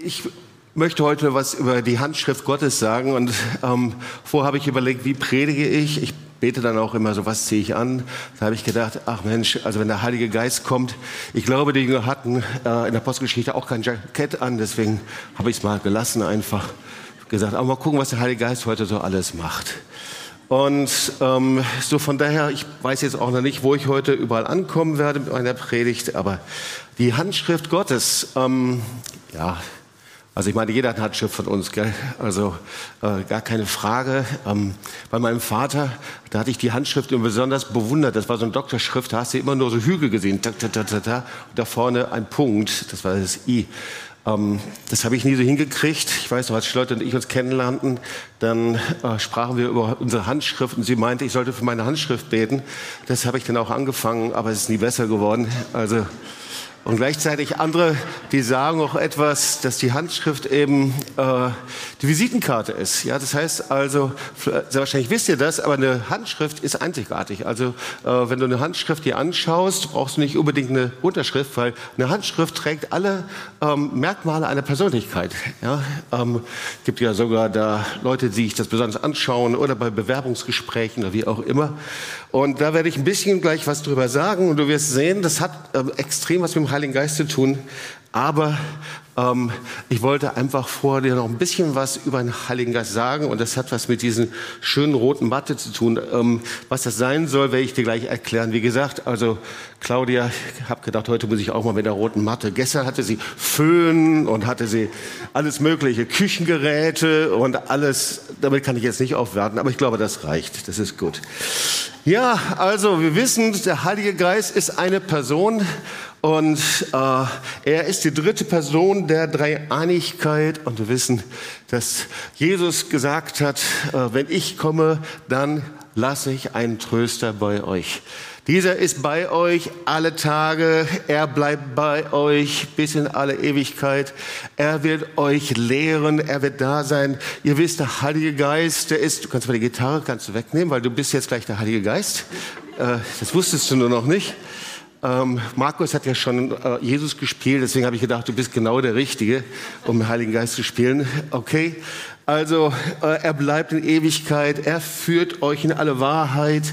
Ich möchte heute was über die Handschrift Gottes sagen und vorher habe ich überlegt, wie predige ich. Ich bete dann auch immer so, was ziehe ich an? Da habe ich gedacht, ach Mensch, also wenn der Heilige Geist kommt, ich glaube, die Jünger hatten in der Apostelgeschichte auch kein Jackett an, deswegen habe ich es mal gelassen, einfach gesagt, aber mal gucken, was der Heilige Geist heute so alles macht. Und so von daher, ich weiß jetzt auch noch nicht, wo ich heute überall ankommen werde mit meiner Predigt, aber die Handschrift Gottes, ja, also ich meine, jeder hat eine Handschrift von uns, gell? Also gar keine Frage. Bei meinem Vater, da hatte ich die Handschrift immer besonders bewundert. Das war so eine Doktorschrift, da hast du immer nur so Hügel gesehen, und da vorne ein Punkt, das war das I. Das habe ich nie so hingekriegt. Ich weiß noch, als Charlotte und ich uns kennenlernten, dann sprachen wir über unsere Handschrift und sie meinte, ich sollte für meine Handschrift beten. Das habe ich dann auch angefangen, aber es ist nie besser geworden. Also und gleichzeitig andere, die sagen auch etwas, dass die Handschrift eben die Visitenkarte ist. Ja, das heißt also, sehr wahrscheinlich wisst ihr das, aber eine Handschrift ist einzigartig. Also wenn du eine Handschrift dir anschaust, brauchst du nicht unbedingt eine Unterschrift, weil eine Handschrift trägt alle Merkmale einer Persönlichkeit. Ja, gibt ja sogar da Leute, die sich das besonders anschauen oder bei Bewerbungsgesprächen oder wie auch immer. Und da werde ich ein bisschen gleich was drüber sagen und du wirst sehen, das hat extrem was mit dem Heiligen Geist zu tun, aber ich wollte einfach vor dir noch ein bisschen was über den Heiligen Geist sagen und das hat was mit diesen schönen roten Matte zu tun. Was das sein soll, werde ich dir gleich erklären. Wie gesagt, also Claudia, ich habe gedacht, heute muss ich auch mal mit der roten Matte. Gestern hatte sie Föhn und hatte sie alles mögliche, Küchengeräte und alles. Damit kann ich jetzt nicht aufwarten, aber ich glaube, das reicht. Das ist gut. Ja, also wir wissen, der Heilige Geist ist eine Person und er ist die dritte Person der Dreieinigkeit. Und wir wissen, dass Jesus gesagt hat, wenn ich komme, dann lasse ich einen Tröster bei euch. Dieser ist bei euch alle Tage, er bleibt bei euch bis in alle Ewigkeit. Er wird euch lehren, er wird da sein. Ihr wisst, der Heilige Geist, der ist, du kannst mal die Gitarre kannst du wegnehmen, weil du bist jetzt gleich der Heilige Geist. Das wusstest du nur noch nicht. Markus hat ja schon Jesus gespielt, deswegen habe ich gedacht, du bist genau der Richtige, um den Heiligen Geist zu spielen. Okay, also er bleibt in Ewigkeit, er führt euch in alle Wahrheit.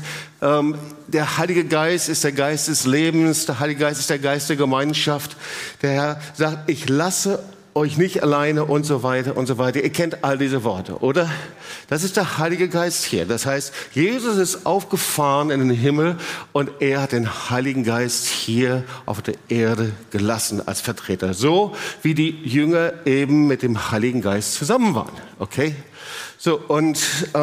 Der Heilige Geist ist der Geist des Lebens, der Heilige Geist ist der Geist der Gemeinschaft. Der Herr sagt, ich lasse euch nicht alleine und so weiter und so weiter. Ihr kennt all diese Worte, oder? Das ist der Heilige Geist hier. Das heißt, Jesus ist aufgefahren in den Himmel und er hat den Heiligen Geist hier auf der Erde gelassen als Vertreter. So wie die Jünger eben mit dem Heiligen Geist zusammen waren. Okay? So, und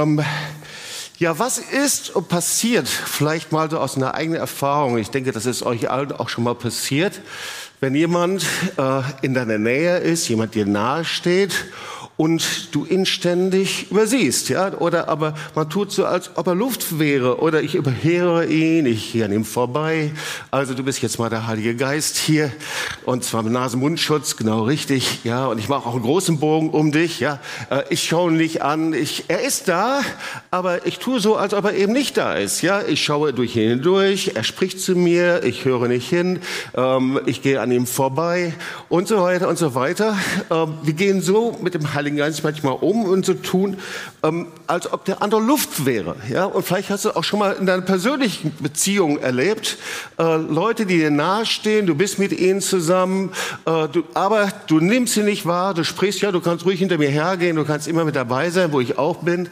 ja, was ist passiert? Vielleicht mal so aus einer eigenen Erfahrung. Ich denke, das ist euch allen auch schon mal passiert. Wenn jemand in deiner Nähe ist, jemand dir nahe steht und du ihn ständig übersiehst, ja, oder aber man tut so, als ob er Luft wäre, oder ich überhöre ihn, ich gehe an ihm vorbei. Also du bist jetzt mal der Heilige Geist hier und zwar mit Nasen-Mundschutz, genau richtig, ja, und ich mache auch einen großen Bogen um dich, ja. Ich schaue ihn nicht an, er ist da, aber ich tue so, als ob er eben nicht da ist, ja. Ich schaue durch ihn hindurch, er spricht zu mir, ich höre nicht hin, ich gehe an ihm vorbei und so weiter und so weiter. Wir gehen so mit dem Heiligen Geist manchmal um und so tun, als ob der andere Luft wäre. Ja? Und vielleicht hast du auch schon mal in deiner persönlichen Beziehung erlebt, Leute, die dir nahestehen, du bist mit ihnen zusammen, aber du nimmst sie nicht wahr, du sprichst, ja, du kannst ruhig hinter mir hergehen, du kannst immer mit dabei sein, wo ich auch bin.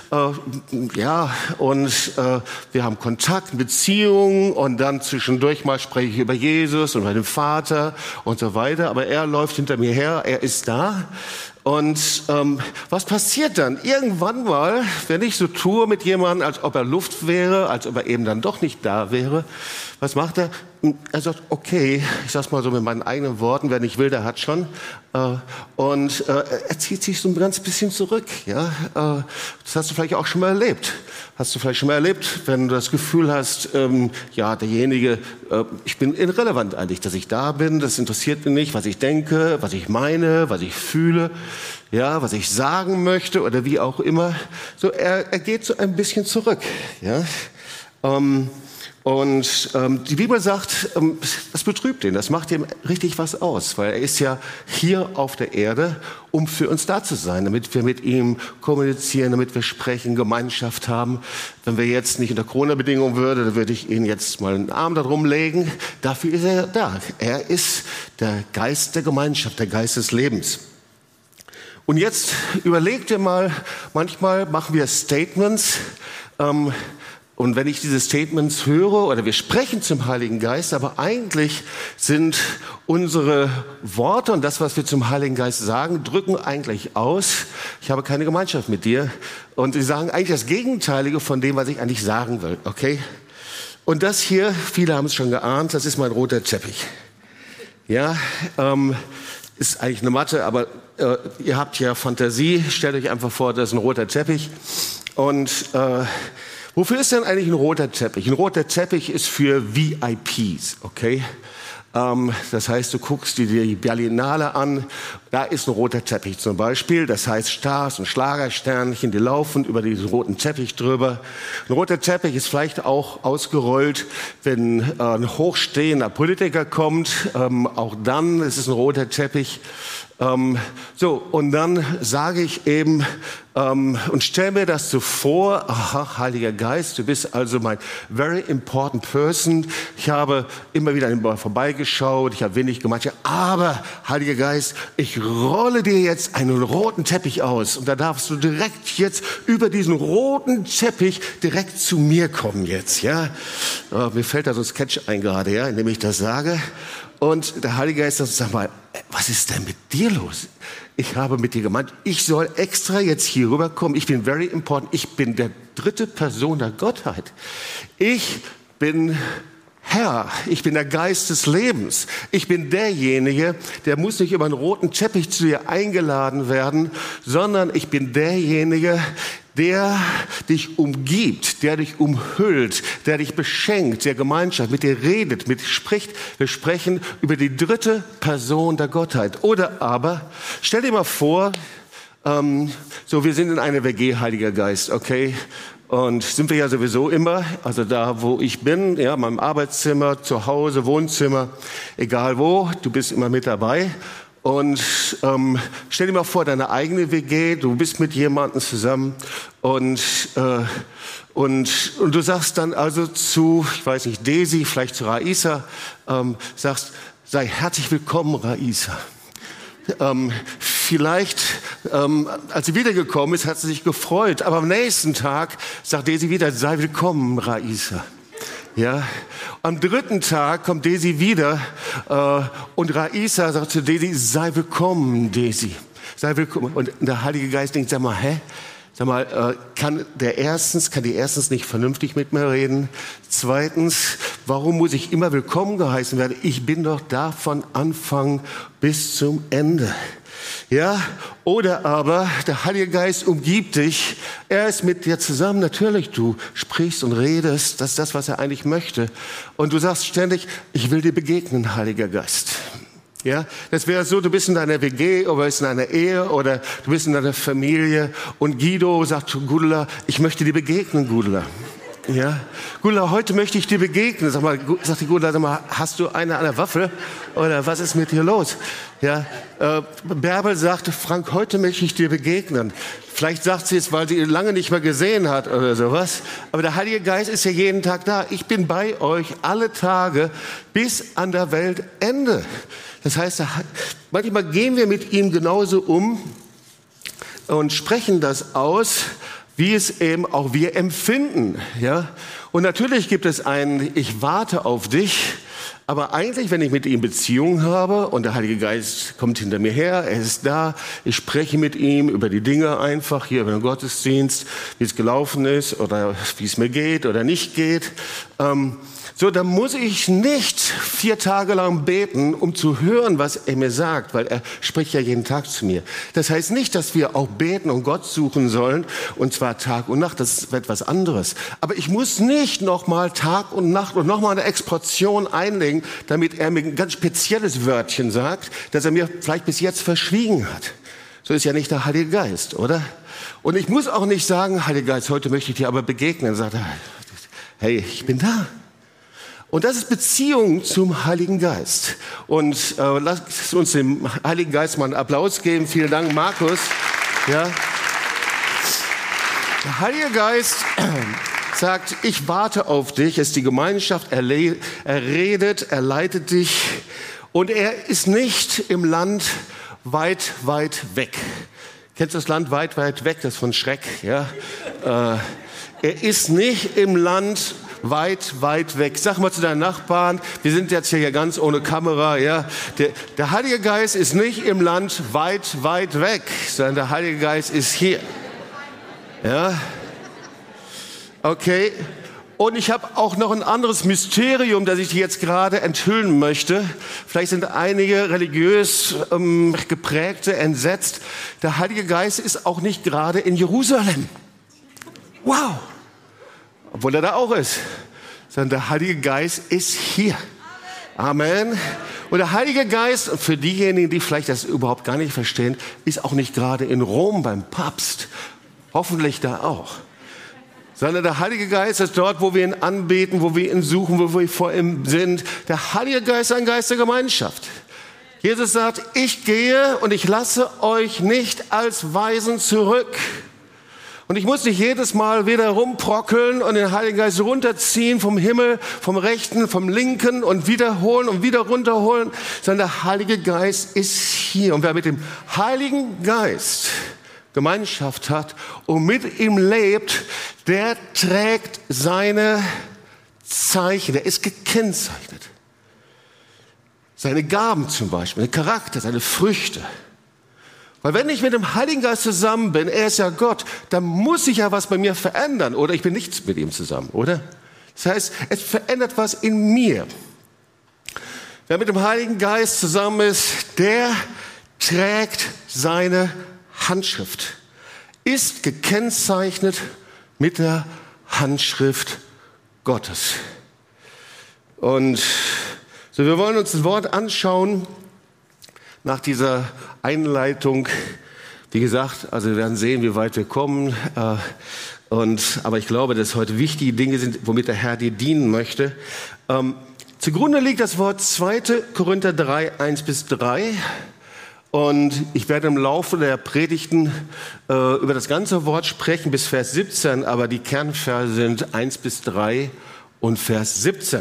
Ja, und wir haben Kontakt, Beziehungen und dann zwischendurch mal spreche ich über Jesus und über den Vater und so weiter, aber er läuft hinter mir her, er ist da. Und was passiert dann? Irgendwann mal, wenn ich so tue mit jemandem, als ob er Luft wäre, als ob er eben dann doch nicht da wäre, was macht er? Er sagt, okay, ich sag's mal so mit meinen eigenen Worten, wer nicht will, der hat schon. Und er zieht sich so ein ganz bisschen zurück. Ja? Das hast du vielleicht auch schon mal erlebt. Hast du vielleicht schon mal erlebt, wenn du das Gefühl hast, ja, derjenige, ich bin irrelevant eigentlich, dass ich da bin, das interessiert ihn nicht, was ich denke, was ich meine, was ich fühle, ja, was ich sagen möchte oder wie auch immer. So, er geht so ein bisschen zurück. Ja? Und die Bibel sagt, das betrübt ihn, das macht ihm richtig was aus, weil er ist ja hier auf der Erde, um für uns da zu sein, damit wir mit ihm kommunizieren, damit wir sprechen, Gemeinschaft haben. Wenn wir jetzt nicht unter Corona-Bedingungen würden, dann würde ich Ihnen jetzt mal einen Arm darum legen. Dafür ist er da. Er ist der Geist der Gemeinschaft, der Geist des Lebens. Und jetzt überleg dir mal, manchmal machen wir Statements, und wenn ich diese Statements höre oder wir sprechen zum Heiligen Geist, aber eigentlich sind unsere Worte und das, was wir zum Heiligen Geist sagen, drücken eigentlich aus, ich habe keine Gemeinschaft mit dir. Und sie sagen eigentlich das Gegenteilige von dem, was ich eigentlich sagen will, okay? Und das hier, viele haben es schon geahnt, das ist mein roter Teppich. Ja, ist eigentlich eine Matte, aber ihr habt ja Fantasie. Stellt euch einfach vor, das ist ein roter Teppich. Und wofür ist denn eigentlich ein roter Teppich? Ein roter Teppich ist für VIPs, okay? Das heißt, du guckst dir die Berlinale an, da ist ein roter Teppich zum Beispiel. Das heißt, Stars und Schlagersternchen, die laufen über diesen roten Teppich drüber. Ein roter Teppich ist vielleicht auch ausgerollt, wenn ein hochstehender Politiker kommt. Auch dann ist es ein roter Teppich. Und dann sage ich eben und stell mir das so vor, aha, Heiliger Geist, du bist also mein very important person. Ich habe immer wieder an ihm vorbeigeschaut, ich habe wenig gemacht, aber Heiliger Geist, ich rolle dir jetzt einen roten Teppich aus und da darfst du direkt jetzt über diesen roten Teppich direkt zu mir kommen jetzt, ja. Mir fällt da so ein Sketch ein gerade, ja, in dem ich das sage. Und der Heilige Geist sagt, sag mal, was ist denn mit dir los? Ich habe mit dir gemeint, ich soll extra jetzt hier rüberkommen. Ich bin very important. Ich bin der dritte Person der Gottheit. Ich bin Herr. Ich bin der Geist des Lebens. Ich bin derjenige, der muss nicht über einen roten Teppich zu dir eingeladen werden, sondern ich bin derjenige, der dich umgibt, der dich umhüllt, der dich beschenkt, der Gemeinschaft mit dir redet, mit dir spricht. Wir sprechen über die dritte Person der Gottheit. Oder aber, stell dir mal vor, wir sind in einer WG, Heiliger Geist, okay? Und sind wir ja sowieso immer, also da, wo ich bin, ja, meinem Arbeitszimmer, zu Hause, Wohnzimmer, egal wo, du bist immer mit dabei. Und stell dir mal vor, deine eigene WG, du bist mit jemandem zusammen und du sagst dann also zu, ich weiß nicht, Desi, vielleicht zu Raisa, sagst, sei herzlich willkommen, Raisa. Vielleicht, als sie wiedergekommen ist, hat sie sich gefreut, aber am nächsten Tag sagt Desi wieder, sei willkommen, Raisa. Ja, am dritten Tag kommt Desi wieder und Raisa sagt zu Desi, sei willkommen, Desi, sei willkommen. Und der Heilige Geist denkt, sag mal, kann die erstens nicht vernünftig mit mir reden? Zweitens, warum muss ich immer willkommen geheißen werden? Ich bin doch da von Anfang bis zum Ende. Ja, oder aber der Heilige Geist umgibt dich, er ist mit dir zusammen, natürlich, du sprichst und redest, das ist das, was er eigentlich möchte. Und du sagst ständig, ich will dir begegnen, Heiliger Geist. Ja, das wäre so, du bist in deiner WG oder bist in einer Ehe oder du bist in deiner Familie und Guido sagt zu Gudula, ich möchte dir begegnen, Gudula. Ja, Gudula, heute möchte ich dir begegnen. Sagt die Gudula, sag mal, hast du eine an der Waffe oder was ist mit dir los? Ja, Bärbel sagte, Frank, heute möchte ich dir begegnen. Vielleicht sagt sie es, weil sie ihn lange nicht mehr gesehen hat oder sowas. Aber der Heilige Geist ist ja jeden Tag da. Ich bin bei euch alle Tage bis an der Weltende. Das heißt, manchmal gehen wir mit ihm genauso um und sprechen das aus, wie es eben auch wir empfinden, ja. Und natürlich gibt es ein, ich warte auf dich, aber eigentlich, wenn ich mit ihm Beziehung habe und der Heilige Geist kommt hinter mir her, er ist da, ich spreche mit ihm über die Dinge einfach, hier über den Gottesdienst, wie es gelaufen ist oder wie es mir geht oder nicht geht, dann muss ich nicht 4 Tage lang beten, um zu hören, was er mir sagt, weil er spricht ja jeden Tag zu mir. Das heißt nicht, dass wir auch beten und Gott suchen sollen, und zwar Tag und Nacht, das ist etwas anderes. Aber ich muss nicht nochmal Tag und Nacht und nochmal eine Exportion einlegen, damit er mir ein ganz spezielles Wörtchen sagt, das er mir vielleicht bis jetzt verschwiegen hat. So ist ja nicht der Heilige Geist, oder? Und ich muss auch nicht sagen, Heiliger Geist, heute möchte ich dir aber begegnen. Dann sagt er, hey, ich bin da. Und das ist Beziehung zum Heiligen Geist. Und lasst uns dem Heiligen Geist mal einen Applaus geben. Vielen Dank, Markus. Ja. Der Heilige Geist sagt, ich warte auf dich. Es ist die Gemeinschaft. Er redet, er leitet dich. Und er ist nicht im Land weit, weit weg. Kennst du das Land weit, weit weg? Das ist von Schreck. Ja? Er ist nicht im Land weit, weit weg. Sag mal zu deinen Nachbarn, wir sind jetzt hier ganz ohne Kamera. Ja? Der Heilige Geist ist nicht im Land weit, weit weg, sondern der Heilige Geist ist hier. Ja? Okay. Und ich habe auch noch ein anderes Mysterium, das ich dir jetzt gerade enthüllen möchte. Vielleicht sind einige religiös geprägte entsetzt. Der Heilige Geist ist auch nicht gerade in Jerusalem. Wow! Obwohl er da auch ist. Sondern der Heilige Geist ist hier. Amen. Und der Heilige Geist, für diejenigen, die vielleicht das überhaupt gar nicht verstehen, ist auch nicht gerade in Rom beim Papst. Hoffentlich da auch. Sondern der Heilige Geist ist dort, wo wir ihn anbeten, wo wir ihn suchen, wo wir vor ihm sind. Der Heilige Geist ist ein Geist der Gemeinschaft. Jesus sagt, ich gehe und ich lasse euch nicht als Waisen zurück. Und ich muss nicht jedes Mal wieder rumprockeln und den Heiligen Geist runterziehen vom Himmel, vom Rechten, vom Linken und wiederholen und wieder runterholen, sondern der Heilige Geist ist hier. Und wer mit dem Heiligen Geist Gemeinschaft hat und mit ihm lebt, der trägt seine Zeichen, der ist gekennzeichnet. Seine Gaben zum Beispiel, seinen Charakter, seine Früchte. Weil wenn ich mit dem Heiligen Geist zusammen bin, er ist ja Gott, dann muss sich ja was bei mir verändern oder ich bin nichts mit ihm zusammen, oder? Das heißt, es verändert was in mir. Wer mit dem Heiligen Geist zusammen ist, der trägt seine Handschrift, ist gekennzeichnet mit der Handschrift Gottes. Und so, wir wollen uns das Wort anschauen nach dieser Einleitung. Wie gesagt, also wir werden sehen, wie weit wir kommen. Aber ich glaube, dass heute wichtige Dinge sind, womit der Herr dir dienen möchte. Zugrunde liegt das Wort 2. Korinther 3, 1-3. Und ich werde im Laufe der Predigten über das ganze Wort sprechen bis Vers 17, aber die Kernverse sind 1-3 und Vers 17.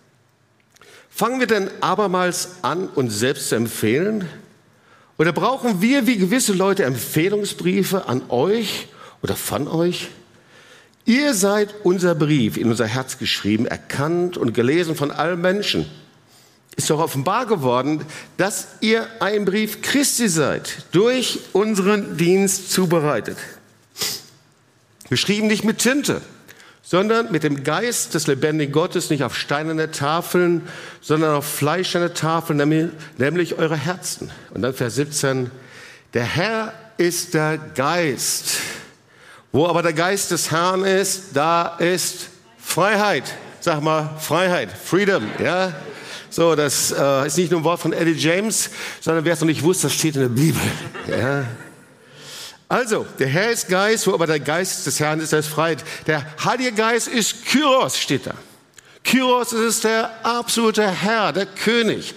Fangen wir denn abermals an, uns selbst zu empfehlen? Oder brauchen wir wie gewisse Leute Empfehlungsbriefe an euch oder von euch? Ihr seid unser Brief in unser Herz geschrieben, erkannt und gelesen von allen Menschen. Ist doch offenbar geworden, dass ihr ein Brief Christi seid, durch unseren Dienst zubereitet. Geschrieben nicht mit Tinte, sondern mit dem Geist des lebendigen Gottes, nicht auf steinerne Tafeln, sondern auf fleischerne Tafeln, nämlich eure Herzen. Und dann Vers 17, der Herr ist der Geist. Wo aber der Geist des Herrn ist, da ist Freiheit. Sag mal, Freiheit, Freedom, ja. So, das ist nicht nur ein Wort von Eddie James, sondern wer es noch nicht wusste, das steht in der Bibel. Ja. Also, der Herr ist Geist, wo aber der Geist des Herrn ist, da ist Freiheit. Der Heilige Geist ist Kyros, steht da. Kyros ist der absolute Herr, der König.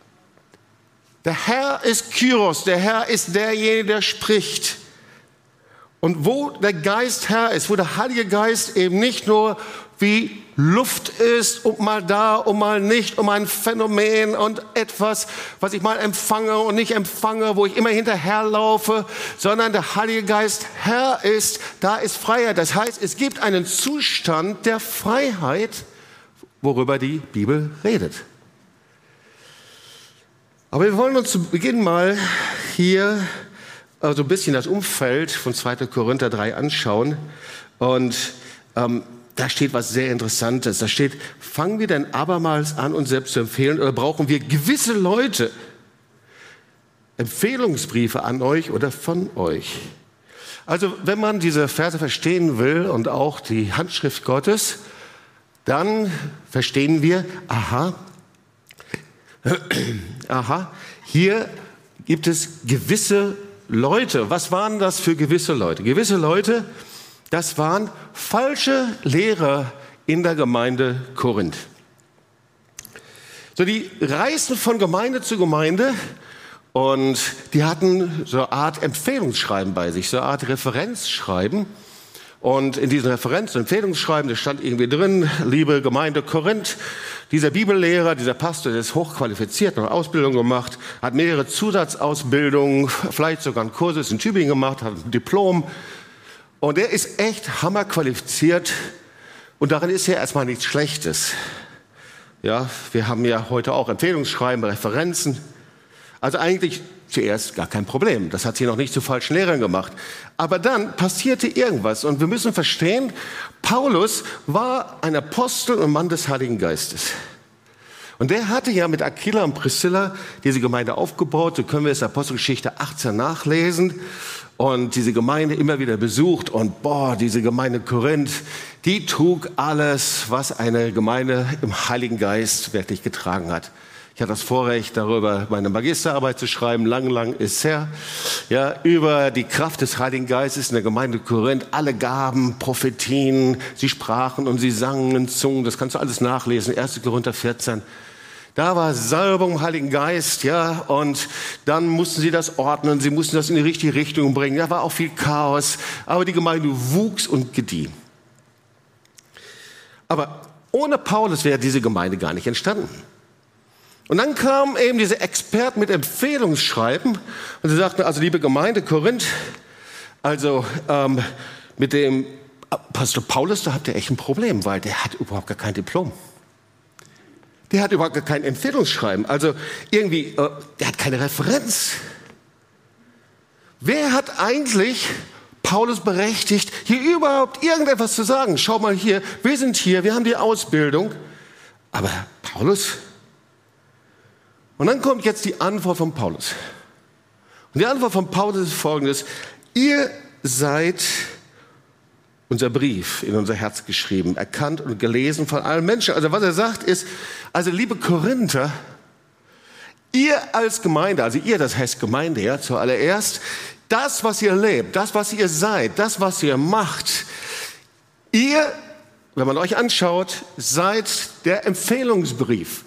Der Herr ist Kyros, der Herr ist derjenige, der spricht. Und wo der Geist Herr ist, wo der Heilige Geist eben nicht nur wie Luft ist und mal da und mal nicht, um ein Phänomen und etwas, was ich mal empfange und nicht empfange, wo ich immer hinterherlaufe, sondern der Heilige Geist Herr ist, da ist Freiheit. Das heißt, es gibt einen Zustand der Freiheit, worüber die Bibel redet. Aber wir wollen uns zu Beginn mal hier so ein bisschen das Umfeld von 2. Korinther 3 anschauen. Und da steht was sehr Interessantes. Da steht, fangen wir denn abermals an, uns selbst zu empfehlen, oder brauchen wir gewisse Leute Empfehlungsbriefe an euch oder von euch? Also wenn man diese Verse verstehen will und auch die Handschrift Gottes, dann verstehen wir, hier gibt es gewisse Leute. Was waren das für gewisse Leute? Gewisse Leute, das waren falsche Lehrer in der Gemeinde Korinth. So, die reisten von Gemeinde zu Gemeinde und die hatten so eine Art Empfehlungsschreiben bei sich, so eine Art Referenzschreiben. Und in diesem Referenz- und Empfehlungsschreiben, da stand irgendwie drin, liebe Gemeinde Korinth, dieser Bibellehrer, dieser Pastor, der ist hochqualifiziert, hat Ausbildung gemacht, hat mehrere Zusatzausbildungen, vielleicht sogar einen Kurs in Tübingen gemacht, hat ein Diplom. Und der ist echt hammerqualifiziert und darin ist ja erstmal nichts Schlechtes. Ja, wir haben ja heute auch Empfehlungsschreiben, Referenzen. Also eigentlich zuerst gar kein Problem. Das hat sie noch nicht zu falschen Lehrern gemacht. Aber dann passierte irgendwas. Und wir müssen verstehen, Paulus war ein Apostel und Mann des Heiligen Geistes. Und der hatte ja mit Aquila und Priscilla diese Gemeinde aufgebaut. So können wir es in Apostelgeschichte 18 nachlesen. Und diese Gemeinde immer wieder besucht. Und diese Gemeinde Korinth, die trug alles, was eine Gemeinde im Heiligen Geist wirklich getragen hat. Ich hatte das Vorrecht, darüber meine Magisterarbeit zu schreiben, lang ist her, ja, über die Kraft des Heiligen Geistes in der Gemeinde Korinth, alle Gaben, Prophetien, sie sprachen und sie sangen in Zungen, das kannst du alles nachlesen, 1. Korinther 14. Da war Salbung im Heiligen Geist, ja, und dann mussten sie das ordnen, sie mussten das in die richtige Richtung bringen, da war auch viel Chaos, aber die Gemeinde wuchs und gedieh. Aber ohne Paulus wäre diese Gemeinde gar nicht entstanden. Und dann kamen eben diese Experten mit Empfehlungsschreiben und sie sagten, also liebe Gemeinde Korinth, also mit dem Pastor Paulus, da habt ihr echt ein Problem, weil der hat überhaupt gar kein Diplom. Der hat überhaupt gar kein Empfehlungsschreiben, also irgendwie, der hat keine Referenz. Wer hat eigentlich Paulus berechtigt, hier überhaupt irgendetwas zu sagen? Schau mal hier, wir sind hier, wir haben die Ausbildung, aber Paulus? Und dann kommt jetzt die Antwort von Paulus. Und die Antwort von Paulus ist folgendes: Ihr seid unser Brief in unser Herz geschrieben, erkannt und gelesen von allen Menschen. Also was er sagt ist, also liebe Korinther, ihr als Gemeinde, also ihr, das heißt Gemeinde, ja, zuallererst, das, was ihr lebt, das, was ihr seid, das, was ihr macht, ihr, wenn man euch anschaut, seid der Empfehlungsbrief.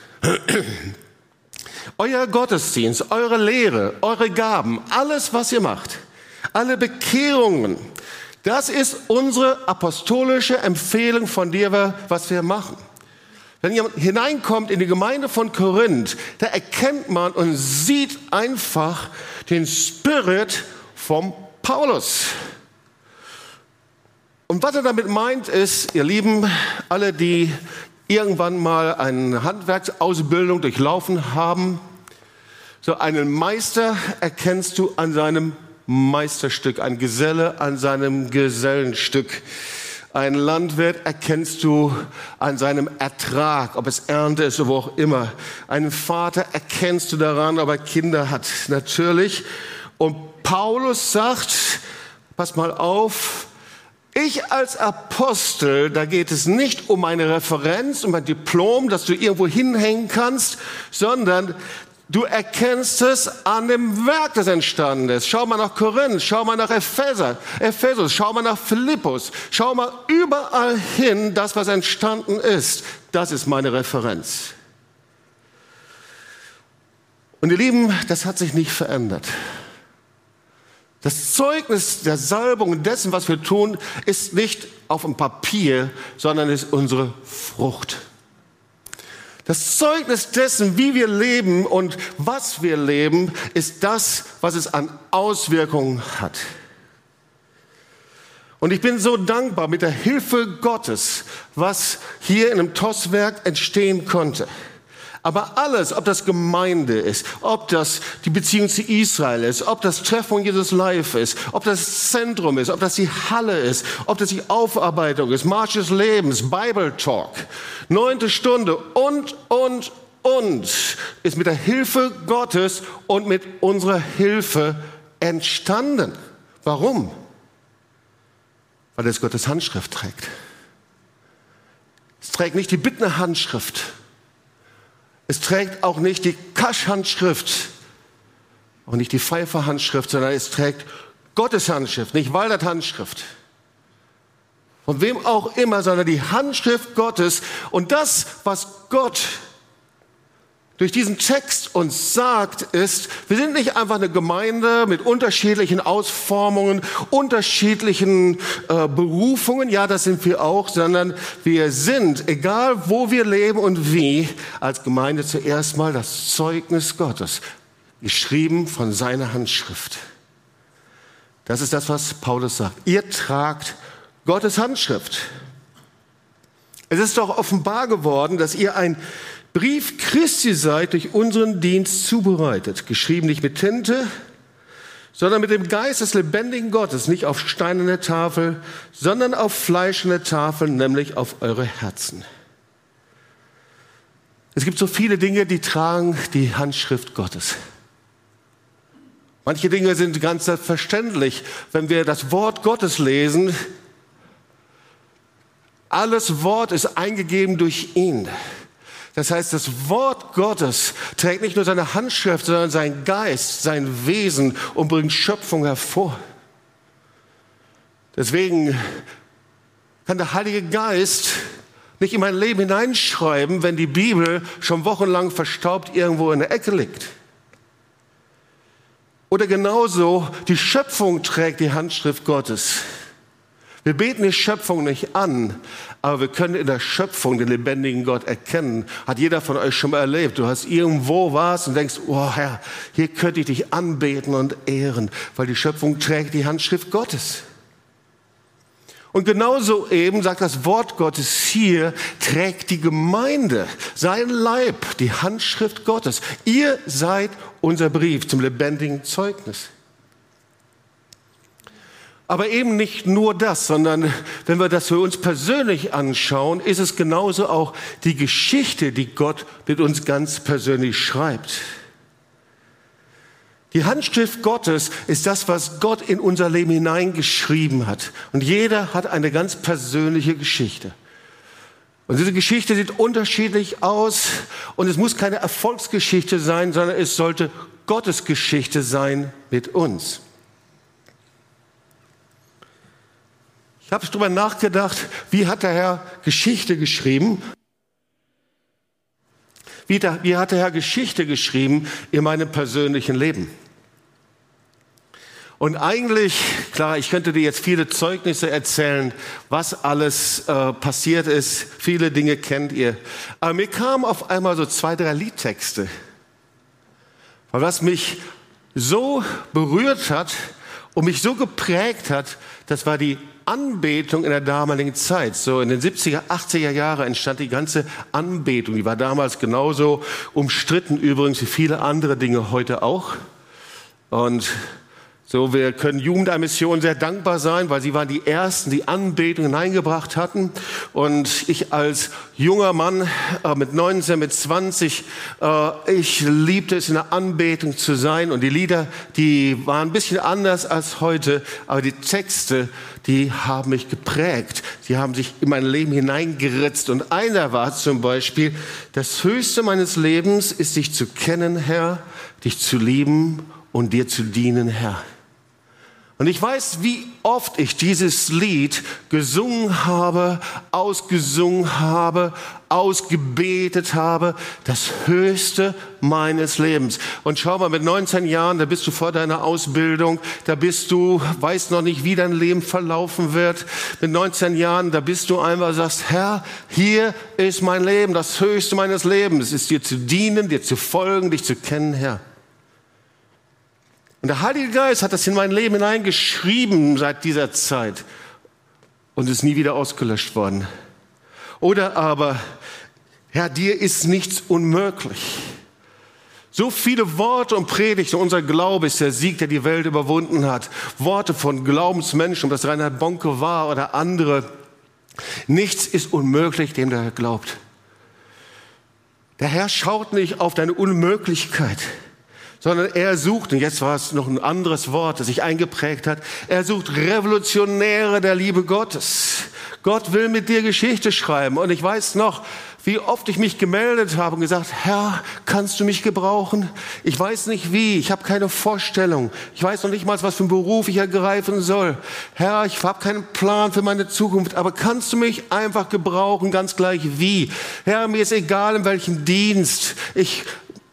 Euer Gottesdienst, eure Lehre, eure Gaben, alles, was ihr macht, alle Bekehrungen, das ist unsere apostolische Empfehlung von dir, was wir machen. Wenn jemand hineinkommt in die Gemeinde von Korinth, da erkennt man und sieht einfach den Spirit vom Paulus. Und was er damit meint ist, ihr Lieben, alle, die irgendwann mal eine Handwerksausbildung durchlaufen haben, so einen Meister erkennst du an seinem Meisterstück, ein Geselle an seinem Gesellenstück. Ein Landwirt erkennst du an seinem Ertrag, ob es Ernte ist oder wo auch immer. Einen Vater erkennst du daran, ob er Kinder hat, natürlich. Und Paulus sagt, pass mal auf, ich als Apostel, da geht es nicht um eine Referenz, um ein Diplom, das du irgendwo hinhängen kannst, sondern du erkennst es an dem Werk, das entstanden ist. Schau mal nach Korinth, schau mal nach Ephesus, schau mal nach Philippus, schau mal überall hin, das, was entstanden ist. Das ist meine Referenz. Und ihr Lieben, das hat sich nicht verändert. Das Zeugnis der Salbung und dessen, was wir tun, ist nicht auf dem Papier, sondern ist unsere Frucht. Das Zeugnis dessen, wie wir leben und was wir leben, ist das, was es an Auswirkungen hat. Und ich bin so dankbar mit der Hilfe Gottes, was hier in dem TOS-Werk entstehen konnte. Aber alles, ob das Gemeinde ist, ob das die Beziehung zu Israel ist, ob das Treffen von Jesus live ist, ob das Zentrum ist, ob das die Halle ist, ob das die Aufarbeitung ist, Marsch des Lebens, Bible Talk, 9. Stunde und, ist mit der Hilfe Gottes und mit unserer Hilfe entstanden. Warum? Weil es Gottes Handschrift trägt. Es trägt nicht die Bittner Handschrift. Es trägt auch nicht die Kasch-Handschrift, auch nicht die Pfeiffer-Handschrift, sondern es trägt Gottes Handschrift, nicht Waldert Handschrift. Von wem auch immer, sondern die Handschrift Gottes. Und das, was Gott durch diesen Text uns sagt, ist, wir sind nicht einfach eine Gemeinde mit unterschiedlichen Ausformungen, unterschiedlichen Berufungen, ja, das sind wir auch, sondern wir sind, egal wo wir leben und wie, als Gemeinde zuerst mal das Zeugnis Gottes, geschrieben von seiner Handschrift. Das ist das, was Paulus sagt. Ihr tragt Gottes Handschrift. Es ist doch offenbar geworden, dass ihr ein Brief Christi seid durch unseren Dienst zubereitet, geschrieben nicht mit Tinte, sondern mit dem Geist des lebendigen Gottes, nicht auf steinerne Tafel, sondern auf fleischende Tafeln, nämlich auf eure Herzen. Es gibt so viele Dinge, die tragen die Handschrift Gottes. Manche Dinge sind ganz selbstverständlich, wenn wir das Wort Gottes lesen. Alles Wort ist eingegeben durch ihn. Das heißt, das Wort Gottes trägt nicht nur seine Handschrift, sondern seinen Geist, sein Wesen und bringt Schöpfung hervor. Deswegen kann der Heilige Geist nicht in mein Leben hineinschreiben, wenn die Bibel schon wochenlang verstaubt irgendwo in der Ecke liegt. Oder genauso, die Schöpfung trägt die Handschrift Gottes. Wir beten die Schöpfung nicht an, aber wir können in der Schöpfung den lebendigen Gott erkennen. Hat jeder von euch schon mal erlebt. Du hast irgendwo was und denkst, oh Herr, hier könnte ich dich anbeten und ehren, weil die Schöpfung trägt die Handschrift Gottes. Und genauso eben sagt das Wort Gottes hier, trägt die Gemeinde, sein Leib, die Handschrift Gottes. Ihr seid unser Brief zum lebendigen Zeugnis. Aber eben nicht nur das, sondern wenn wir das für uns persönlich anschauen, ist es genauso auch die Geschichte, die Gott mit uns ganz persönlich schreibt. Die Handschrift Gottes ist das, was Gott in unser Leben hineingeschrieben hat. Und jeder hat eine ganz persönliche Geschichte. Und diese Geschichte sieht unterschiedlich aus. Und es muss keine Erfolgsgeschichte sein, sondern es sollte Gottes Geschichte sein mit uns. Ich habe darüber nachgedacht, wie hat der Herr Geschichte geschrieben? Wie hat der Herr Geschichte geschrieben in meinem persönlichen Leben? Und eigentlich, klar, ich könnte dir jetzt viele Zeugnisse erzählen, was alles passiert ist. Viele Dinge kennt ihr. Aber mir kamen auf einmal so 2, 3 Liedtexte. Weil was mich so berührt hat und mich so geprägt hat, das war die Anbetung in der damaligen Zeit. So in den 70er, 80er Jahren entstand die ganze Anbetung. Die war damals genauso umstritten übrigens wie viele andere Dinge heute auch. Und so, wir können Jugendmission sehr dankbar sein, weil sie waren die Ersten, die Anbetung hineingebracht hatten. Und ich als junger Mann mit 19, mit 20, ich liebte es, in der Anbetung zu sein. Und die Lieder, die waren ein bisschen anders als heute, aber die Texte, die haben mich geprägt. Sie haben sich in mein Leben hineingeritzt. Und einer war zum Beispiel, das Höchste meines Lebens ist, dich zu kennen, Herr, dich zu lieben und dir zu dienen, Herr. Und ich weiß, wie oft ich dieses Lied gesungen habe, ausgesungen habe, ausgebetet habe, das Höchste meines Lebens. Und schau mal, mit 19 Jahren, da bist du vor deiner Ausbildung, da bist du, weißt noch nicht, wie dein Leben verlaufen wird. Mit 19 Jahren, da bist du einfach, sagst, Herr, hier ist mein Leben, das Höchste meines Lebens. Es ist dir zu dienen, dir zu folgen, dich zu kennen, Herr. Und der Heilige Geist hat das in mein Leben hineingeschrieben seit dieser Zeit und ist nie wieder ausgelöscht worden. Oder aber, Herr, dir ist nichts unmöglich. So viele Worte und Predigten, unser Glaube ist der Sieg, der die Welt überwunden hat. Worte von Glaubensmenschen, ob das Reinhard Bonke war oder andere. Nichts ist unmöglich, dem der Herr glaubt. Der Herr schaut nicht auf deine Unmöglichkeit, sondern er sucht, und jetzt war es noch ein anderes Wort, das sich eingeprägt hat, er sucht Revolutionäre der Liebe Gottes. Gott will mit dir Geschichte schreiben. Und ich weiß noch, wie oft ich mich gemeldet habe und gesagt, Herr, kannst du mich gebrauchen? Ich weiß nicht wie, ich habe keine Vorstellung. Ich weiß noch nicht mal, was für einen Beruf ich ergreifen soll. Herr, ich habe keinen Plan für meine Zukunft, aber kannst du mich einfach gebrauchen, ganz gleich wie? Herr, mir ist egal, in welchem Dienst. Ich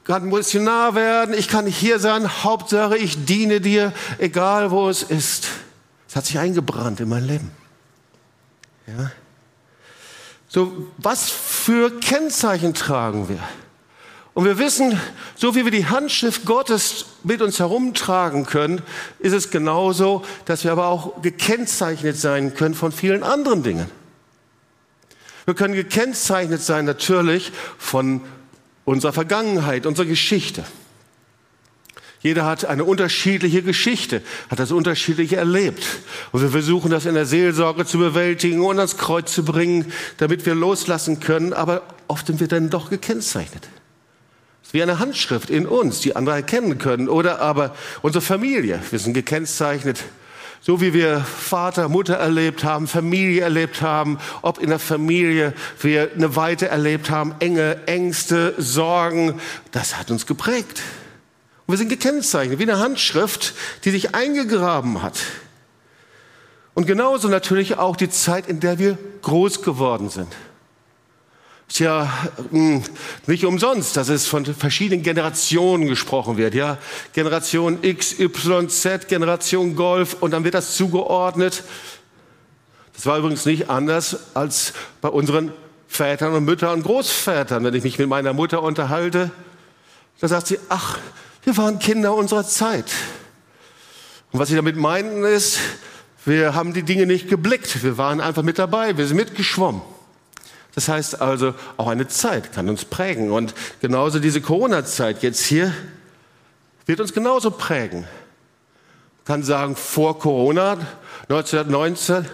kann Missionar werden, ich kann hier sein, Hauptsache ich diene dir, egal wo es ist. Es hat sich eingebrannt in mein Leben. Ja? So, was für Kennzeichen tragen wir? Und wir wissen, so wie wir die Handschrift Gottes mit uns herumtragen können, ist es genauso, dass wir aber auch gekennzeichnet sein können von vielen anderen Dingen. Wir können gekennzeichnet sein natürlich von unserer Vergangenheit, unserer Geschichte. Jeder hat eine unterschiedliche Geschichte, hat das unterschiedlich erlebt. Und wir versuchen das in der Seelsorge zu bewältigen und ans Kreuz zu bringen, damit wir loslassen können. Aber oft sind wir dann doch gekennzeichnet. Es ist wie eine Handschrift in uns, die andere erkennen können. Oder aber unsere Familie, wir sind gekennzeichnet. So wie wir Vater, Mutter erlebt haben, Familie erlebt haben, ob in der Familie wir eine Weite erlebt haben, Enge, Ängste, Sorgen, das hat uns geprägt. Und wir sind gekennzeichnet, wie eine Handschrift, die sich eingegraben hat. Und genauso natürlich auch die Zeit, in der wir groß geworden sind. Ist ja nicht umsonst, dass es von verschiedenen Generationen gesprochen wird. Ja? Generation X, Y, Z, Generation Golf und dann wird das zugeordnet. Das war übrigens nicht anders als bei unseren Vätern und Müttern und Großvätern. Wenn ich mich mit meiner Mutter unterhalte, dann sagt sie, ach, wir waren Kinder unserer Zeit. Und was sie damit meinen ist, wir haben die Dinge nicht geblickt. Wir waren einfach mit dabei, wir sind mitgeschwommen. Das heißt also, auch eine Zeit kann uns prägen. Und genauso diese Corona-Zeit jetzt hier wird uns genauso prägen. Man kann sagen, vor Corona, 2019,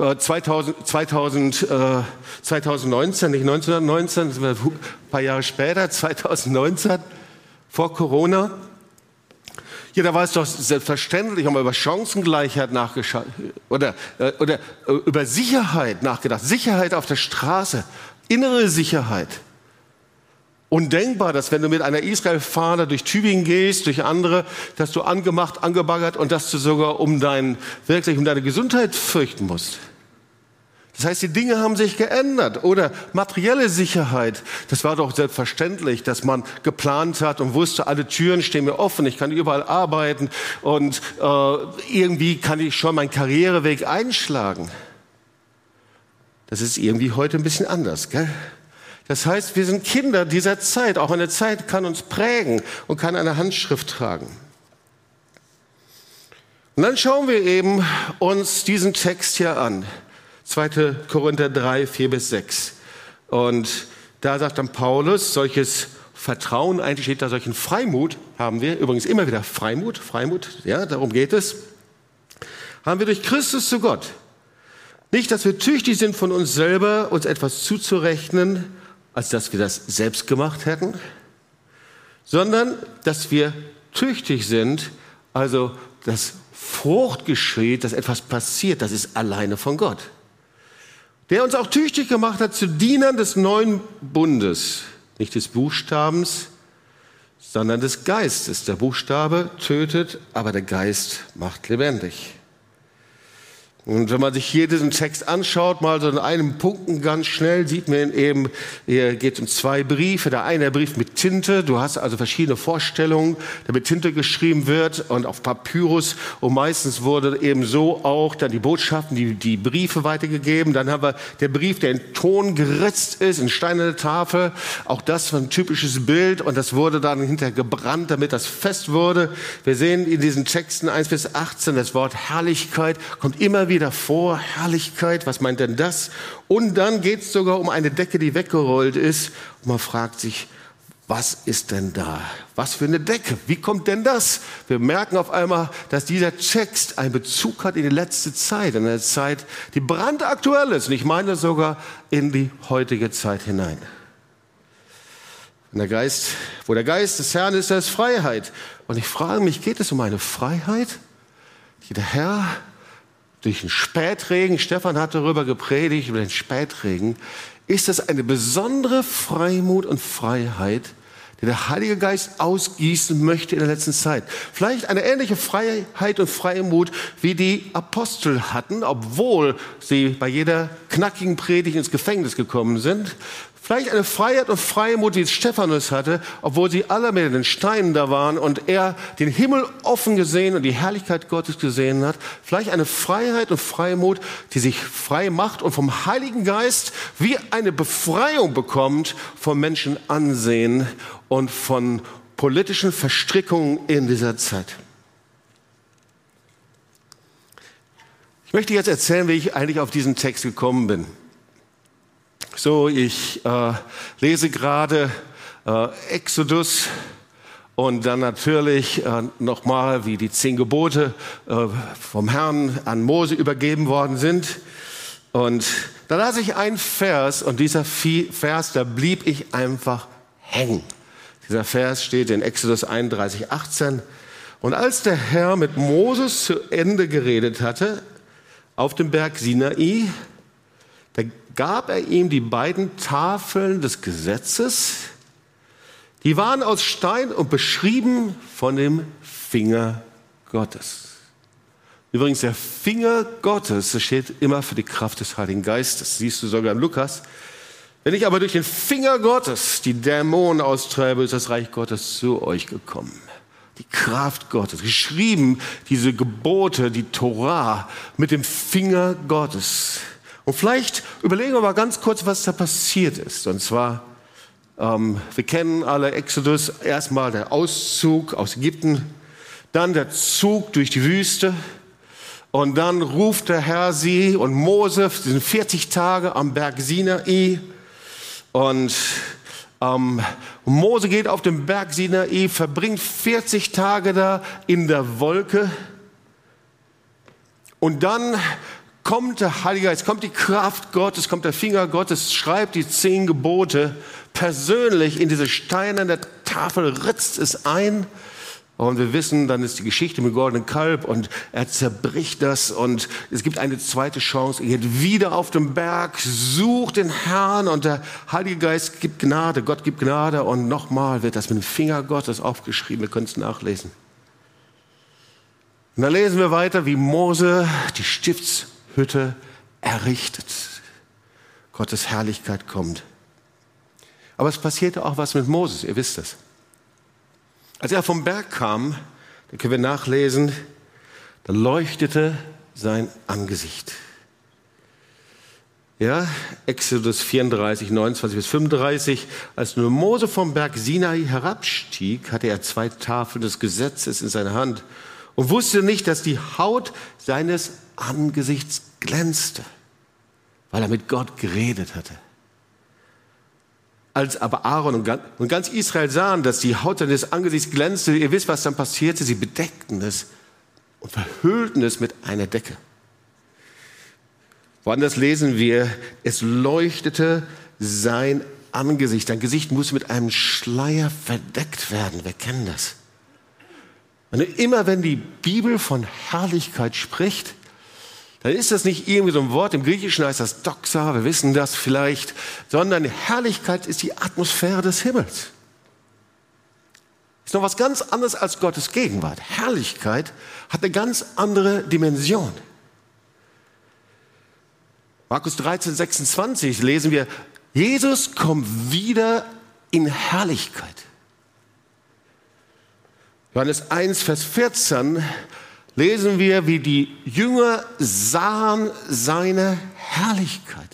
nicht 1919, das ist ein paar Jahre später, 2019, vor Corona. Jeder weiß doch selbstverständlich, haben wir über Chancengleichheit nachgeschaut oder über Sicherheit nachgedacht. Sicherheit auf der Straße, innere Sicherheit. Undenkbar, dass wenn du mit einer Israel-Fahne durch Tübingen gehst, durch andere, dass du angemacht, angebaggert und dass du sogar wirklich um deine Gesundheit fürchten musst. Das heißt, die Dinge haben sich geändert. Oder materielle Sicherheit. Das war doch selbstverständlich, dass man geplant hat und wusste, alle Türen stehen mir offen, ich kann überall arbeiten und irgendwie kann ich schon meinen Karriereweg einschlagen. Das ist irgendwie heute ein bisschen anders, gell? Das heißt, wir sind Kinder dieser Zeit. Auch eine Zeit kann uns prägen und kann eine Handschrift tragen. Und dann schauen wir eben uns diesen Text hier an. 2. Korinther 3, 4-6. Und da sagt dann Paulus, solches Vertrauen, eigentlich steht da solchen Freimut, haben wir, übrigens immer wieder Freimut, ja, darum geht es, haben wir durch Christus zu Gott. Nicht, dass wir tüchtig sind von uns selber, uns etwas zuzurechnen, als dass wir das selbst gemacht hätten, sondern dass wir tüchtig sind, also dass Frucht geschieht, dass etwas passiert, das ist alleine von Gott. Der uns auch tüchtig gemacht hat zu Dienern des neuen Bundes, nicht des Buchstabens, sondern des Geistes. Der Buchstabe tötet, aber der Geist macht lebendig. Und wenn man sich hier diesen Text anschaut, mal so in einem Punkten ganz schnell, sieht man eben, hier geht es um 2 Briefe. Der eine Brief mit Tinte, du hast also verschiedene Vorstellungen, der mit Tinte geschrieben wird und auf Papyrus. Und meistens wurde eben so auch dann die Botschaften, die Briefe weitergegeben. Dann haben wir der Brief, der in Ton geritzt ist, in steinerne Tafel. Auch das war ein typisches Bild und das wurde dann hinterher gebrannt, damit das fest wurde. Wir sehen in diesen Texten 1-18, das Wort Herrlichkeit kommt immer wieder vor, Herrlichkeit, was meint denn das? Und dann geht es sogar um eine Decke, die weggerollt ist. Und man fragt sich, was ist denn da? Was für eine Decke? Wie kommt denn das? Wir merken auf einmal, dass dieser Text einen Bezug hat in die letzte Zeit, in eine Zeit, die brandaktuell ist. Und ich meine sogar in die heutige Zeit hinein. Wo der Geist des Herrn ist, da ist Freiheit. Und ich frage mich, geht es um eine Freiheit, die der Herr durch den Spätregen, Stefan hat darüber gepredigt, über den Spätregen, ist das eine besondere Freimut und Freiheit, die der Heilige Geist ausgießen möchte in der letzten Zeit. Vielleicht eine ähnliche Freiheit und Freimut, wie die Apostel hatten, obwohl sie bei jeder knackigen Predigt ins Gefängnis gekommen sind. Vielleicht eine Freiheit und Freimut, die Stephanus hatte, obwohl sie alle mit den Steinen da waren und er den Himmel offen gesehen und die Herrlichkeit Gottes gesehen hat. Vielleicht eine Freiheit und Freimut, die sich frei macht und vom Heiligen Geist wie eine Befreiung bekommt vom Menschenansehen und von politischen Verstrickungen in dieser Zeit. Ich möchte jetzt erzählen, wie ich eigentlich auf diesen Text gekommen bin. So, ich lese gerade Exodus und dann natürlich nochmal, wie die 10 Gebote vom Herrn an Mose übergeben worden sind. Und da las ich einen Vers und dieser Vers, da blieb ich einfach hängen. Dieser Vers steht in Exodus 31, 18. Und als der Herr mit Moses zu Ende geredet hatte, auf dem Berg Sinai, da gab er ihm die beiden Tafeln des Gesetzes. Die waren aus Stein und beschrieben von dem Finger Gottes. Übrigens, der Finger Gottes, das steht immer für die Kraft des Heiligen Geistes. Das siehst du sogar in Lukas. Wenn ich aber durch den Finger Gottes die Dämonen austreibe, ist das Reich Gottes zu euch gekommen. Die Kraft Gottes, geschrieben, diese Gebote, die Torah mit dem Finger Gottes. Und vielleicht überlegen wir mal ganz kurz, was da passiert ist. Und zwar, wir kennen alle Exodus, erstmal der Auszug aus Ägypten, dann der Zug durch die Wüste und dann ruft der Herr sie und Mose, die sind 40 Tage am Berg Sinai und Mose geht auf den Berg Sinai, verbringt 40 Tage da in der Wolke und dann kommt der Heilige Geist, kommt die Kraft Gottes, kommt der Finger Gottes, schreibt die 10 Gebote persönlich in diese steinerne Tafel, ritzt es ein. Und wir wissen, dann ist die Geschichte mit dem goldenen Kalb und er zerbricht das und es gibt eine zweite Chance. Er geht wieder auf den Berg, sucht den Herrn und der Heilige Geist gibt Gnade, Gott gibt Gnade und nochmal wird das mit dem Finger Gottes aufgeschrieben. Wir können es nachlesen. Und dann lesen wir weiter, wie Mose die Stiftshütte errichtet. Gottes Herrlichkeit kommt. Aber es passierte auch was mit Moses, ihr wisst es. Als er vom Berg kam, da können wir nachlesen, da leuchtete sein Angesicht. Ja, Exodus 34, 29 bis 35. Als nur Mose vom Berg Sinai herabstieg, hatte er 2 Tafeln des Gesetzes in seiner Hand und wusste nicht, dass die Haut seines Angesichts glänzte, weil er mit Gott geredet hatte. Als aber Aaron und ganz Israel sahen, dass die Haut seines Angesichts glänzte, ihr wisst, was dann passierte, sie bedeckten es und verhüllten es mit einer Decke. Woanders lesen wir, es leuchtete sein Angesicht. Sein Gesicht musste mit einem Schleier verdeckt werden. Wir kennen das. Und immer wenn die Bibel von Herrlichkeit spricht, dann ist das nicht irgendwie so ein Wort, im Griechischen heißt das Doxa, wir wissen das vielleicht, sondern Herrlichkeit ist die Atmosphäre des Himmels. Ist noch was ganz anderes als Gottes Gegenwart. Herrlichkeit hat eine ganz andere Dimension. Markus 13, 26 lesen wir, Jesus kommt wieder in Herrlichkeit. Johannes 1, Vers 14 lesen wir, wie die Jünger sahen seine Herrlichkeit.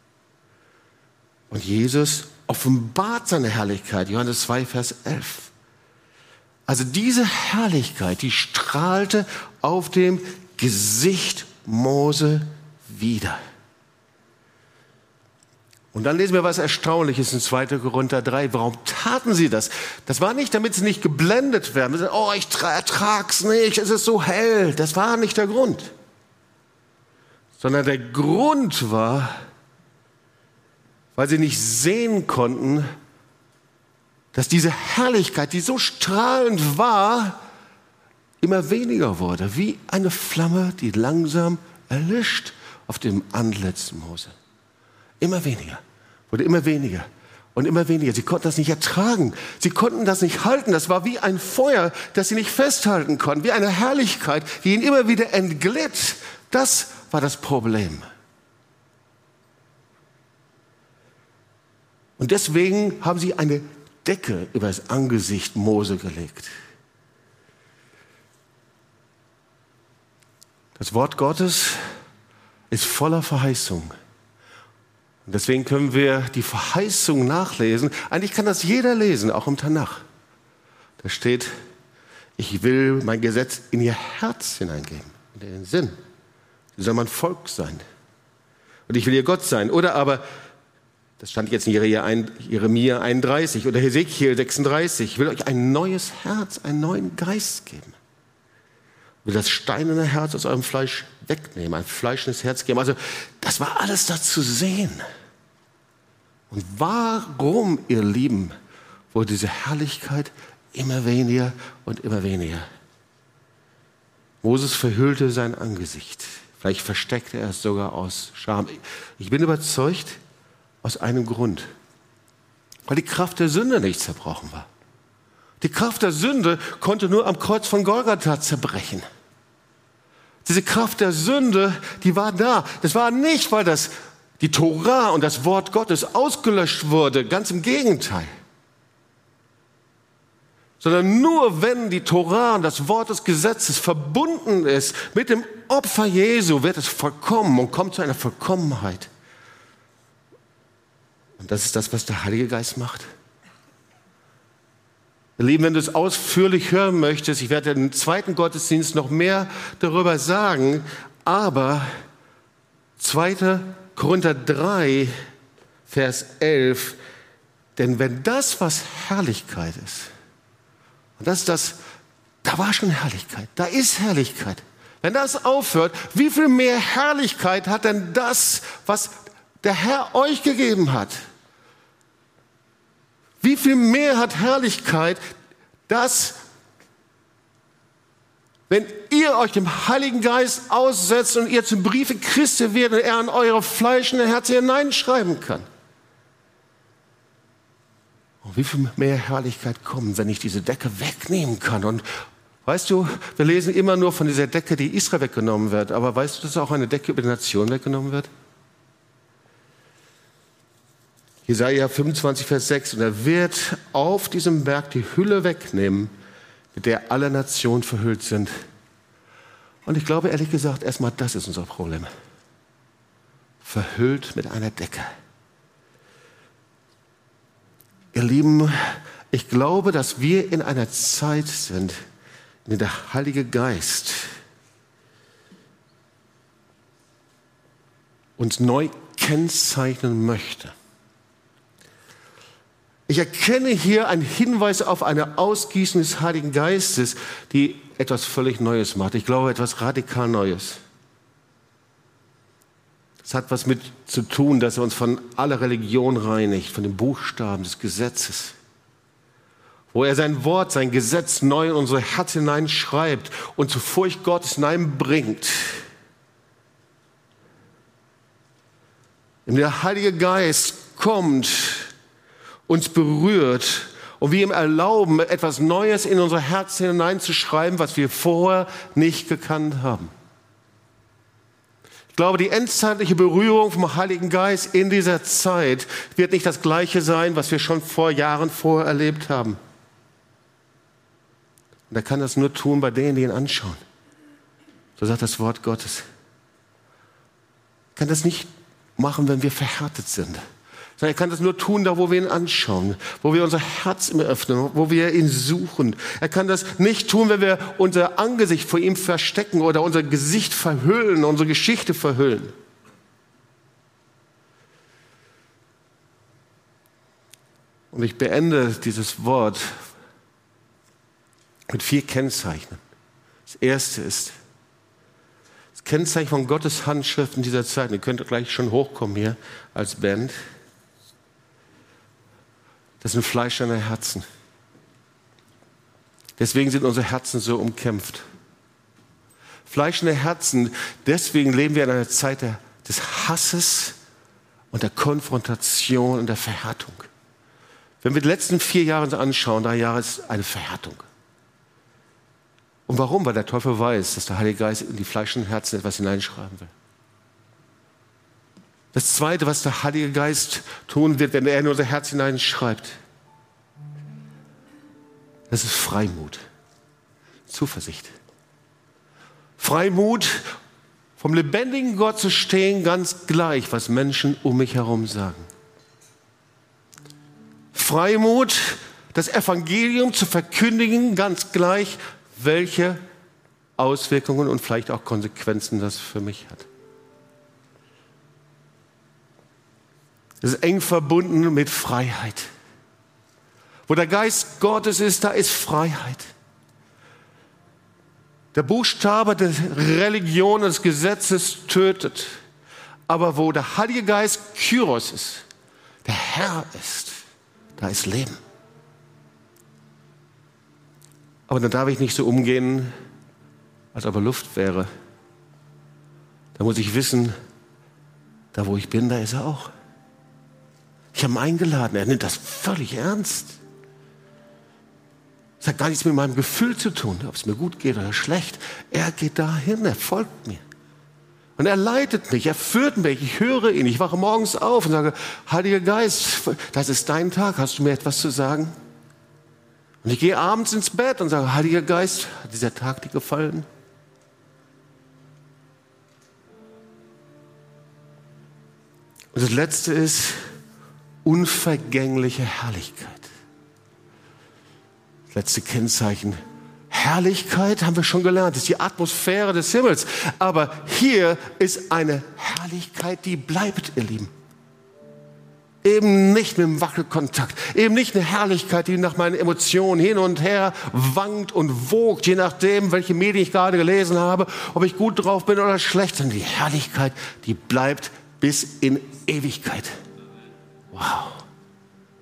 Und Jesus offenbart seine Herrlichkeit, Johannes 2, Vers 11. Also diese Herrlichkeit, die strahlte auf dem Gesicht Mose wieder. Und dann lesen wir was Erstaunliches in 2. Korinther 3. Warum taten sie das? Das war nicht, damit sie nicht geblendet werden. Oh, ich ertrag's nicht, es ist so hell. Das war nicht der Grund. Sondern der Grund war, weil sie nicht sehen konnten, dass diese Herrlichkeit, die so strahlend war, immer weniger wurde. Wie eine Flamme, die langsam erlischt auf dem Antlitz Mose. Immer weniger, wurde immer weniger und immer weniger. Sie konnten das nicht ertragen. Sie konnten das nicht halten. Das war wie ein Feuer, das sie nicht festhalten konnten. Wie eine Herrlichkeit, die ihnen immer wieder entglitt. Das war das Problem. Und deswegen haben sie eine Decke über das Angesicht Mose gelegt. Das Wort Gottes ist voller Verheißung. Und deswegen können wir die Verheißung nachlesen. Eigentlich kann das jeder lesen, auch im Tanach. Da steht, ich will mein Gesetz in ihr Herz hineingeben, in den Sinn. Sie soll mein Volk sein. Und ich will ihr Gott sein. Oder aber, das stand jetzt in Jeremia 31 oder Hesekiel 36, ich will euch ein neues Herz, einen neuen Geist geben. Ich will das steinerne Herz aus eurem Fleisch wegnehmen, ein fleischendes Herz geben. Also das war alles da zu sehen. Und warum, ihr Lieben, wurde diese Herrlichkeit immer weniger und immer weniger? Moses verhüllte sein Angesicht. Vielleicht versteckte er es sogar aus Scham. Ich bin überzeugt, aus einem Grund. Weil die Kraft der Sünde nicht zerbrochen war. Die Kraft der Sünde konnte nur am Kreuz von Golgatha zerbrechen. Diese Kraft der Sünde, die war da. Das war nicht, weil die Tora und das Wort Gottes ausgelöscht wurde. Ganz im Gegenteil. Sondern nur wenn die Tora und das Wort des Gesetzes verbunden ist mit dem Opfer Jesu, wird es vollkommen und kommt zu einer Vollkommenheit. Und das ist das, was der Heilige Geist macht. Ihr Lieben, wenn du es ausführlich hören möchtest, ich werde im zweiten Gottesdienst noch mehr darüber sagen, aber 2. Korinther 3, Vers 11, denn wenn das, was Herrlichkeit ist, und das ist das, da war schon Herrlichkeit, da ist Herrlichkeit. Wenn das aufhört, wie viel mehr Herrlichkeit hat denn das, was der Herr euch gegeben hat? Wie viel mehr hat Herrlichkeit das, wenn ihr euch dem Heiligen Geist aussetzt und ihr zum Briefe Christi werdet und er in eure fleischende Herzen hineinschreiben kann? Und wie viel mehr Herrlichkeit kommt, wenn ich diese Decke wegnehmen kann? Und weißt du, wir lesen immer nur von dieser Decke, die Israel weggenommen wird. Aber weißt du, dass auch eine Decke über die Nation weggenommen wird? Jesaja 25, Vers 6. Und er wird auf diesem Berg die Hülle wegnehmen, mit der alle Nationen verhüllt sind. Und ich glaube, ehrlich gesagt, erstmal das ist unser Problem. Verhüllt mit einer Decke. Ihr Lieben, ich glaube, dass wir in einer Zeit sind, in der der Heilige Geist uns neu kennzeichnen möchte. Ich erkenne hier einen Hinweis auf eine Ausgießung des Heiligen Geistes, die etwas völlig Neues macht. Ich glaube, etwas radikal Neues. Es hat was mit zu tun, dass er uns von aller Religion reinigt, von den Buchstaben des Gesetzes. Wo er sein Wort, sein Gesetz neu in unsere Herzen hineinschreibt und zur Furcht Gottes hineinbringt. Und der Heilige Geist kommt, uns berührt und wir ihm erlauben, etwas Neues in unser Herz hineinzuschreiben, was wir vorher nicht gekannt haben. Ich glaube, die endzeitliche Berührung vom Heiligen Geist in dieser Zeit wird nicht das Gleiche sein, was wir schon vor Jahren vorher erlebt haben. Und er kann das nur tun bei denen, die ihn anschauen. So sagt das Wort Gottes. Er kann das nicht machen, wenn wir verhärtet sind. Sondern er kann das nur tun, da wo wir ihn anschauen, wo wir unser Herz ihm öffnen, wo wir ihn suchen. Er kann das nicht tun, wenn wir unser Angesicht vor ihm verstecken oder unser Gesicht verhüllen, unsere Geschichte verhüllen. Und ich beende dieses Wort mit 4 Kennzeichen. Das erste ist das Kennzeichen von Gottes Handschrift in dieser Zeit. Ihr könnt gleich schon hochkommen hier als Band. Das sind fleischerne Herzen. Deswegen sind unsere Herzen so umkämpft. Fleischende Herzen, deswegen leben wir in einer Zeit des Hasses und der Konfrontation und der Verhärtung. Wenn wir die letzten 4 Jahre uns anschauen, 3 Jahre ist eine Verhärtung. Und warum? Weil der Teufel weiß, dass der Heilige Geist in die fleischenden Herzen etwas hineinschreiben will. Das Zweite, was der Heilige Geist tun wird, wenn er in unser Herz hineinschreibt, das ist Freimut, Zuversicht. Freimut, vom lebendigen Gott zu stehen, ganz gleich, was Menschen um mich herum sagen. Freimut, das Evangelium zu verkündigen, ganz gleich, welche Auswirkungen und vielleicht auch Konsequenzen das für mich hat. Es ist eng verbunden mit Freiheit. Wo der Geist Gottes ist, da ist Freiheit. Der Buchstabe der Religion, des Gesetzes tötet. Aber wo der Heilige Geist Kyros ist, der Herr ist, da ist Leben. Aber dann darf ich nicht so umgehen, als ob er Luft wäre. Da muss ich wissen, da wo ich bin, da ist er auch. Ich habe ihn eingeladen, er nimmt das völlig ernst. Es hat gar nichts mit meinem Gefühl zu tun, ob es mir gut geht oder schlecht. Er geht dahin, er folgt mir. Und er leitet mich, er führt mich, ich höre ihn. Ich wache morgens auf und sage, Heiliger Geist, das ist dein Tag, hast du mir etwas zu sagen? Und ich gehe abends ins Bett und sage, Heiliger Geist, hat dieser Tag dir gefallen? Und das Letzte ist unvergängliche Herrlichkeit. Das letzte Kennzeichen. Herrlichkeit, haben wir schon gelernt, ist die Atmosphäre des Himmels. Aber hier ist eine Herrlichkeit, die bleibt, ihr Lieben. Eben nicht mit dem Wackelkontakt. Eben nicht eine Herrlichkeit, die nach meinen Emotionen hin und her wankt und wogt, je nachdem, welche Medien ich gerade gelesen habe, ob ich gut drauf bin oder schlecht. Sondern die Herrlichkeit, die bleibt bis in Ewigkeit. Wow.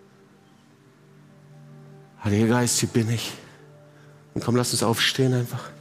Heiliger Geist, hier bin ich. Und komm, lass uns aufstehen einfach.